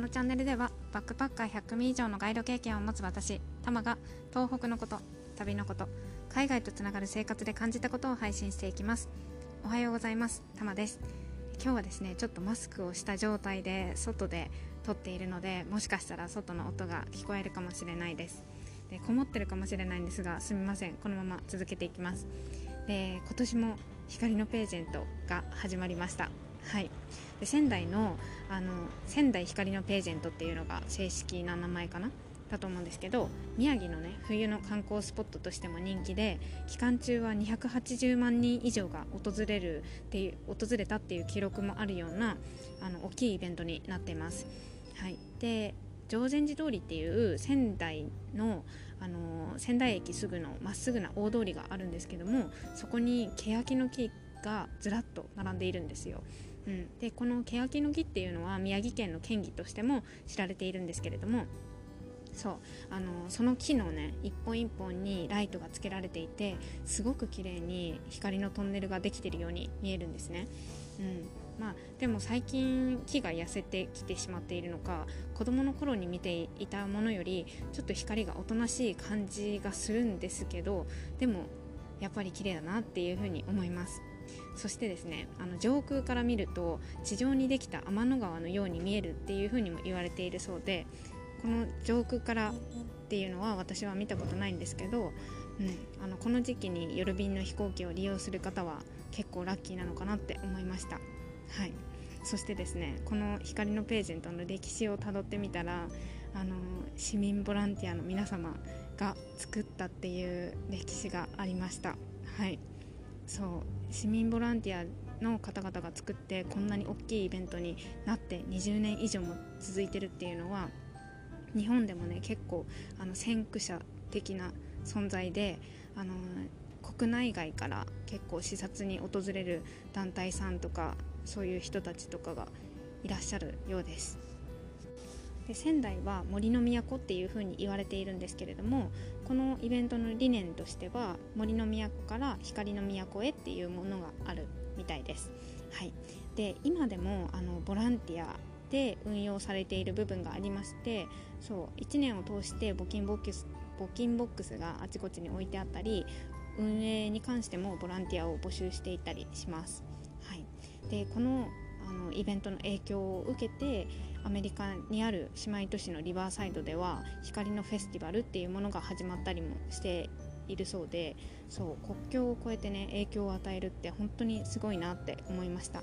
のチャンネルではバックパッカー100組以上のガイド経験を持つ私タマが東北のこと、旅のこと、海外とつながる生活で感じたことを配信していきます。おはようございます。タマです。今日はですね、ちょっとマスクをした状態で外で撮っているので、もしかしたら外の音が聞こえるかもしれないです。で、こもってるかもしれないんですが、すみません、このまま続けていきます。で、今年も光のページェントが始まりました。はい。で、仙台の仙台光のページェントっていうのが正式な名前かなだと思うんですけど、宮城のね、冬の観光スポットとしても人気で、期間中は280万人以上が訪れたっていう記録もあるような大きいイベントになっています。はい。で、定禅寺通りっていう仙台の、仙台駅すぐのまっすぐな大通りがあるんですけども、そこに欅の木がずらっと並んでいるんですよ。で、この欅の木っていうのは宮城県の県木としても知られているんですけれども、その木のね、一本一本にライトがつけられていて、すごく綺麗に光のトンネルができているように見えるんですね。でも最近木が痩せてきてしまっているのか、子供の頃に見ていたものよりちょっと光がおとなしい感じがするんですけど、でもやっぱり綺麗だなっていうふうに思います。そしてですね、上空から見ると地上にできた天の川のように見えるっていうふうにも言われているそうで、この上空からっていうのは私は見たことないんですけど、この時期に夜便の飛行機を利用する方は結構ラッキーなのかなって思いました。はい。そしてですね、この光のページェントの歴史をたどってみたら、市民ボランティアの皆様が作ったっていう歴史がありました。はい。そう、市民ボランティアの方々が作ってこんなに大きいイベントになって20年以上も続いてるっていうのは、日本でもね、結構先駆者的な存在で、国内外から結構視察に訪れる団体さんとか、そういう人たちとかがいらっしゃるようです。で、仙台は森の都っていう風に言われているんですけれども、このイベントの理念としては、森の都から光の都へっていうものがあるみたいです。はい。で、今でもボランティアで運用されている部分がありまして、そう1年を通して募金ボックスがあちこちに置いてあったり、運営に関してもボランティアを募集していたりします。はい。で、このイベントの影響を受けて、アメリカにある姉妹都市のリバーサイドでは光のフェスティバルっていうものが始まったりもしているそうで、そう国境を越えてね、影響を与えるって本当にすごいなって思いました。はい。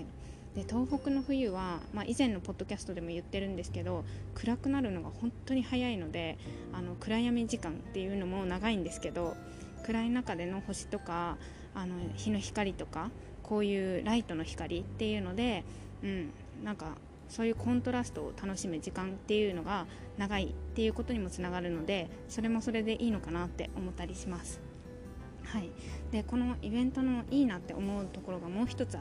で、東北の冬は、以前のポッドキャストでも言ってるんですけど、暗くなるのが本当に早いので、暗闇時間っていうのも長いんですけど、暗い中での星とか日の光とか、こういうライトの光っていうので、なんかそういうコントラストを楽しむ時間っていうのが長いっていうことにもつながるので、それもそれでいいのかなって思ったりします。はい。で、このイベントのいいなって思うところがもう一つあって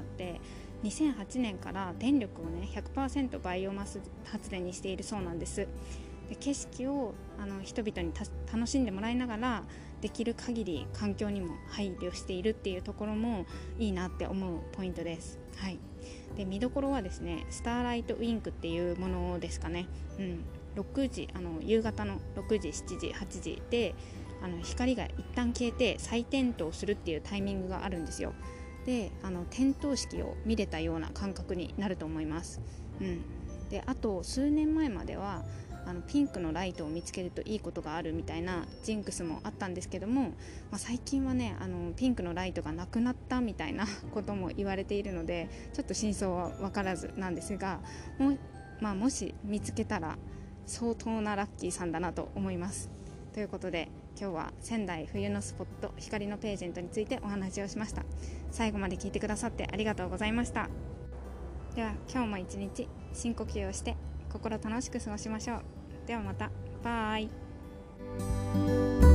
、2008年から電力をね 100% バイオマス発電にしているそうなんです。で、景色を人々に楽しんでもらいながら、できる限り環境にも配慮しているっていうところもいいなって思うポイントです。はい。で、見どころはですね、スターライトウィンクっていうものですかね。6時夕方の6時、7時、8時で光が一旦消えて再点灯するっていうタイミングがあるんですよ。で、点灯式を見れたような感覚になると思います。で、あと数年前まではピンクのライトを見つけるといいことがあるみたいなジンクスもあったんですけども、最近はね、ピンクのライトがなくなったみたいなことも言われているので、ちょっと真相は分からずなんですが、もし見つけたら相当なラッキーさんだなと思います。ということで、今日は仙台冬のスポット光のページェントについてお話をしました。最後まで聞いてくださってありがとうございました。では今日も一日深呼吸をして心楽しく過ごしましょう。ではまた。バイ。